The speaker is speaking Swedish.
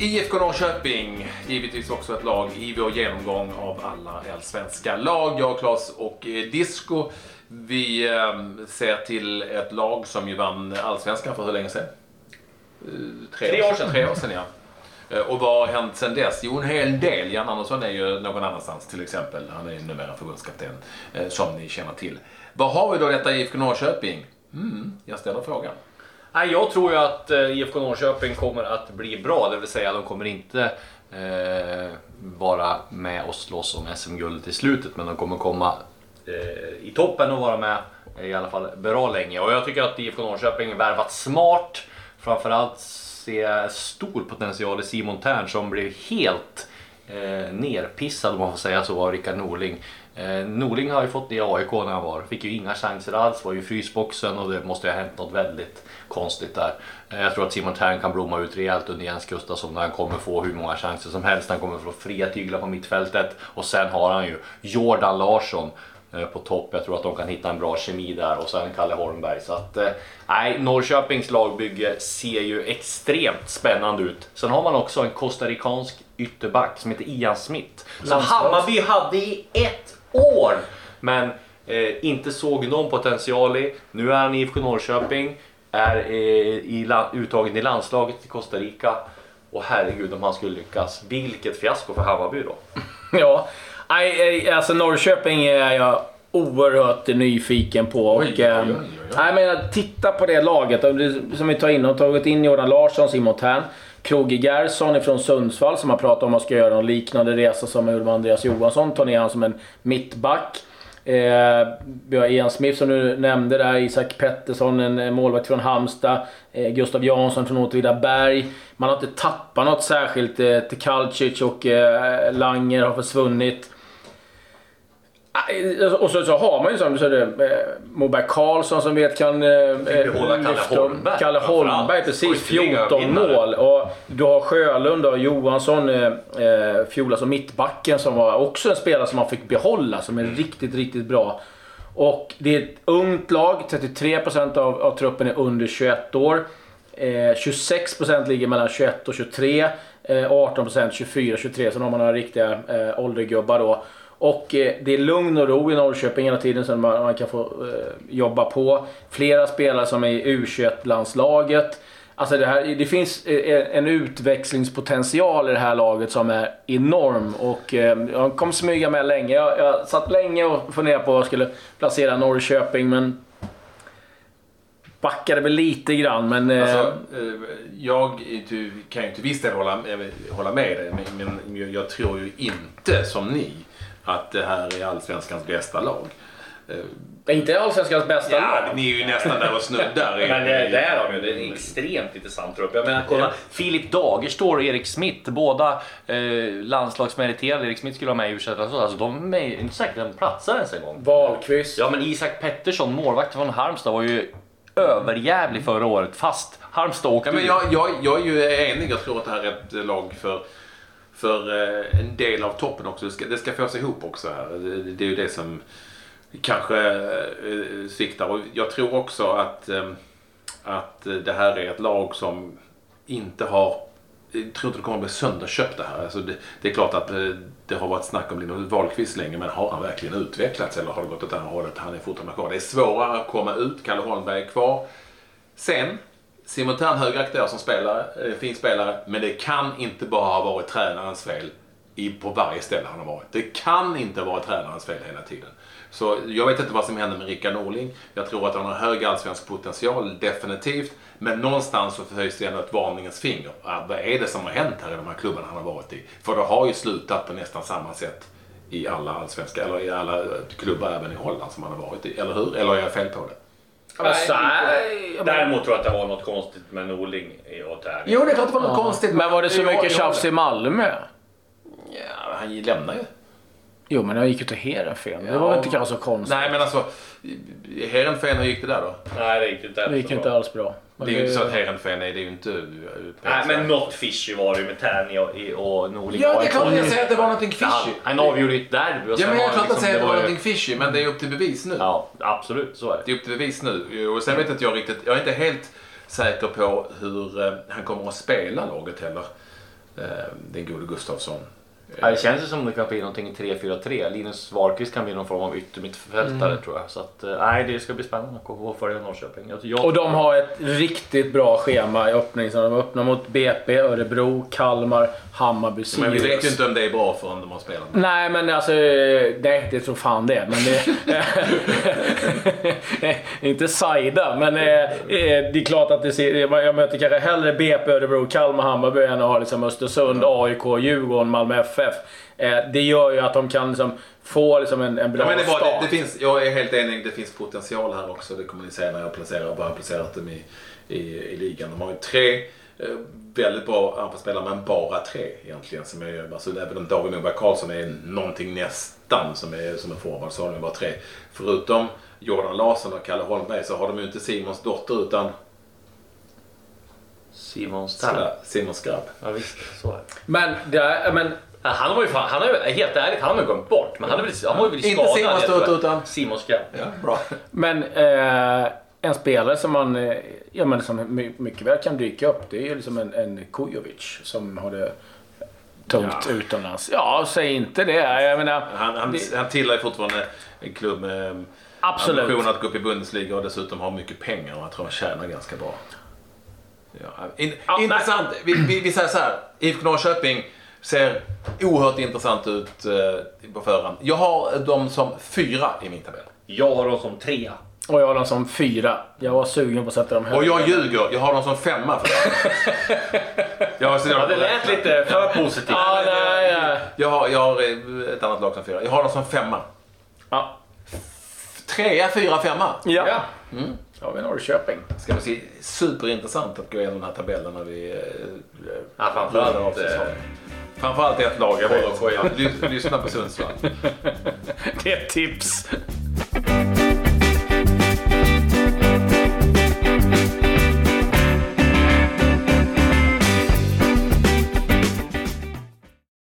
IFK Norrköping, givetvis också ett lag i vår genomgång av alla allsvenska lag. Jag, Claes och Disco, vi ser till ett lag som ju vann allsvenskan för hur länge sedan? 3 år sedan. 3 år sedan, ja. Och vad har hänt sedan dess? Jo, en hel del. Jan Andersson är ju någon annanstans till exempel. Han är ju numera förbundskapten, som ni känner till. Vad har vi då detta IFK Norrköping? Jag ställer frågan. Jag tror ju att IFK Norrköping kommer att bli bra, det vill säga de kommer inte vara med och slåss om SM-guld till slutet, men de kommer komma i toppen och vara med i alla fall bra länge. Och jag tycker att IFK Norrköping värvat smart, framförallt ser stor potential i Simon Tern som blev helt nerpissad, om man får säga så, av Rickard Norling. Norling har ju fått det i AIK när han var. Fick ju inga chanser alls, var ju i frysboxen och det måste ju ha hänt något väldigt konstigt där. Jag tror att Simon Tern kan blomma ut rejält under Jens Gustafsson när han kommer få hur många chanser som helst. Han kommer få fria tyglar på mittfältet och sen har han ju Jordan Larsson på topp. Jag tror att de kan hitta en bra kemi där och sen Kalle Holmberg. Så att Norrköpings lagbygge ser ju extremt spännande ut. Sen har man också en kostarikansk ytterback som heter Ian Smith som Hammarby hade i 1 år men inte såg någon potential i. Nu är han i IFK Norrköping, är uttagen i landslaget i Costa Rica och herregud om han skulle lyckas. Vilket fiasko för Hammarby då. Ja, alltså Norrköping är jag oerhört nyfiken på och titta på det laget som vi tar in. De har tagit in Jordan Larsson, Simon Tern, Krogi Gerson från Sundsvall som har pratat om att ska göra en liknande resa som med Andreas Johansson, tar ner han som en mittback. Vi har Ian Smith som du nämnde där, Isak Pettersson, en målvakt från Halmstad, Gustav Jansson från Åtvidaberg. Man har inte tappat något särskilt till Kalcic och Langer har försvunnit. Och så har man ju som du säger Moberg Karlsson som vet kan Kalle Holmberg precis 14 mål och du har Sjölund och Johansson Fjola som mittbacken som var också en spelare som man fick behålla som är riktigt riktigt bra. Och det är ett ungt lag, 33% av truppen är under 21 år. 26% ligger mellan 21 och 23, 18% 24-23, så har man några riktiga åldergubbar då. Och det är lugn och ro i Norrköping hela tiden så man kan få jobba på. Flera spelare som är i U21-landslaget. Alltså det finns en utväxlingspotential i det här laget som är enorm. Och jag kommer smyga med länge. Jag satt länge och funderade på att jag skulle placera Norrköping, men backade väl lite grann. Men alltså, jag kan ju inte visst hålla med dig, men jag tror ju inte som ni att det här är allsvenskans bästa lag. Inte allsvenskans bästa lag. Ni är ju nästan där och snuddar. Men det är de ju, det är en extremt intressant trupp. Jag menar, kolla, Filip Dagerstor och Erik Smith, båda landslagsmeriterade. Erik Smith skulle vara med i U21, alltså de är inte säkert att de platsar ens en gång. Wahlqvist. Ja, men Isak Pettersson, målvakt från Halmstad, var ju överjävlig förra året, fast Halmstad åkte. Men jag är ju enig, jag tror att det här är ett lag för en del av toppen också. Det ska få sig ihop också här. Det är ju det som kanske sviktar. Och jag tror också att det här är ett lag som inte har... Jag tror inte det kommer att bli sönderköpt det här. Alltså det är klart att det har varit snack om Linus Wahlqvist länge, men har han verkligen utvecklats eller har det gått åt det här hållet? Han är fortfarande kvar. Det är svårare att komma ut. Kalle Holmberg är kvar. Sen Simon Tern högaktuell som spelare, fin spelare, men det kan inte bara ha varit tränarens fel på varje ställe han har varit. Det kan inte vara tränarens fel hela tiden. Så jag vet inte vad som händer med Rickard Norling. Jag tror att han har hög allsvensk potential, definitivt. Men någonstans så höjs det ändå ett varningens finger. Vad är det som har hänt här i de här klubbarna han har varit i? För det har ju slutat på nästan samma sätt i alla allsvenska, eller i alla klubbar även i Holland som han har varit i. Eller hur? Eller är jag fel på det? Däremot tror jag att det var något konstigt med Norling och Tern. Jo, det är klart det var något konstigt. Men var det så mycket tjafs i Malmö? Ja, han lämnar ju. Jo, men jag gick ju till Heerenveen. Det var inte kanske så konstigt. Nej, men alltså Heerenveen, hur gick det där då? Nej, det gick inte alls. Det gick inte alls bra. Det är ju inte så att Heerenveen är det ju inte... Nej, men något fishy var det ju med Tern och Norling. Ja, det är klart att jag säger att det var någonting fishy. Han avgjorde ett derby. Ja, men jag är klart att säga att det var någonting fishy, men det är upp till bevis nu. Ja, absolut, så är det. Det är upp till bevis nu. Och sen vet inte jag riktigt... Jag är inte helt säker på hur han kommer att spela laget heller. den gode Gustafsson. Ja, det känns ju som det kan bli någonting i 3-4-3. Linus Wahlqvist kan bli någon form av yttermittfältare tror jag. Så att, nej, det ska bli spännande att följa Norrköping. Och de har ett riktigt bra schema i öppning. Så de öppnar mot BP, Örebro, Kalmar, Hammarby, Sirius. Men vi vet ju inte om det är bra för om de har spelat. Nej, men alltså, det tror fan det. Men det inte sajda, men det är klart att det ser, jag möter kanske hellre BP, Örebro, Kalmar, Hammarby än att ha liksom Östersund, AIK, Djurgården, Malmö FF. Det gör ju att de kan liksom få liksom en bra start. Det finns, jag är helt enig, det finns potential här också. Det kommer ni se när jag har placerat dem i ligan. De har ju 3 väldigt bra anfallsspelare, men bara 3 egentligen. Som är, alltså, även om David Moberg Karlsson är någonting nästan som är forward, så har de bara 3. Förutom Jordan Larsson och Kalle Holmberg så har de ju inte Simons dotter utan Simon Skrabb. Ja visst, så är det. Men han var ju fan, han är helt ärligt, han har ju glömt bort, men han var ju skadad. Inte Simons dotter utan Simon Skrabb. Ja, bra. Men en spelare som man som mycket väl kan dyka upp, det är ju liksom en Kujovic som har det tungt utomlands. Ja, säg inte det. Jag menar, han tillhör fortfarande en klubb med ambition att gå upp i Bundesliga och dessutom har mycket pengar och jag tror han tjänar ganska bra. Ja. Intressant. Vi säger så här, IFK Norrköping ser oerhört intressant ut på förhand. Jag har dem som 4 i min tabell. Jag har dem som 3. Och jag har dem som 4. Jag var sugen på att sätta dem här. Och jag ljuger. Jag har dem som 5. Det lät llite för positivt. Jag har ett annat lag som 4. Jag har dem som 5. Ja. 3, 4, 5. Ja. Ja, vi Norrköping. Ska vi se, superintressant att gå igenom den här tabellen när vi framförallt ett lag. Jag håller på. Lyssna på Sundsvall. Det är ett tips.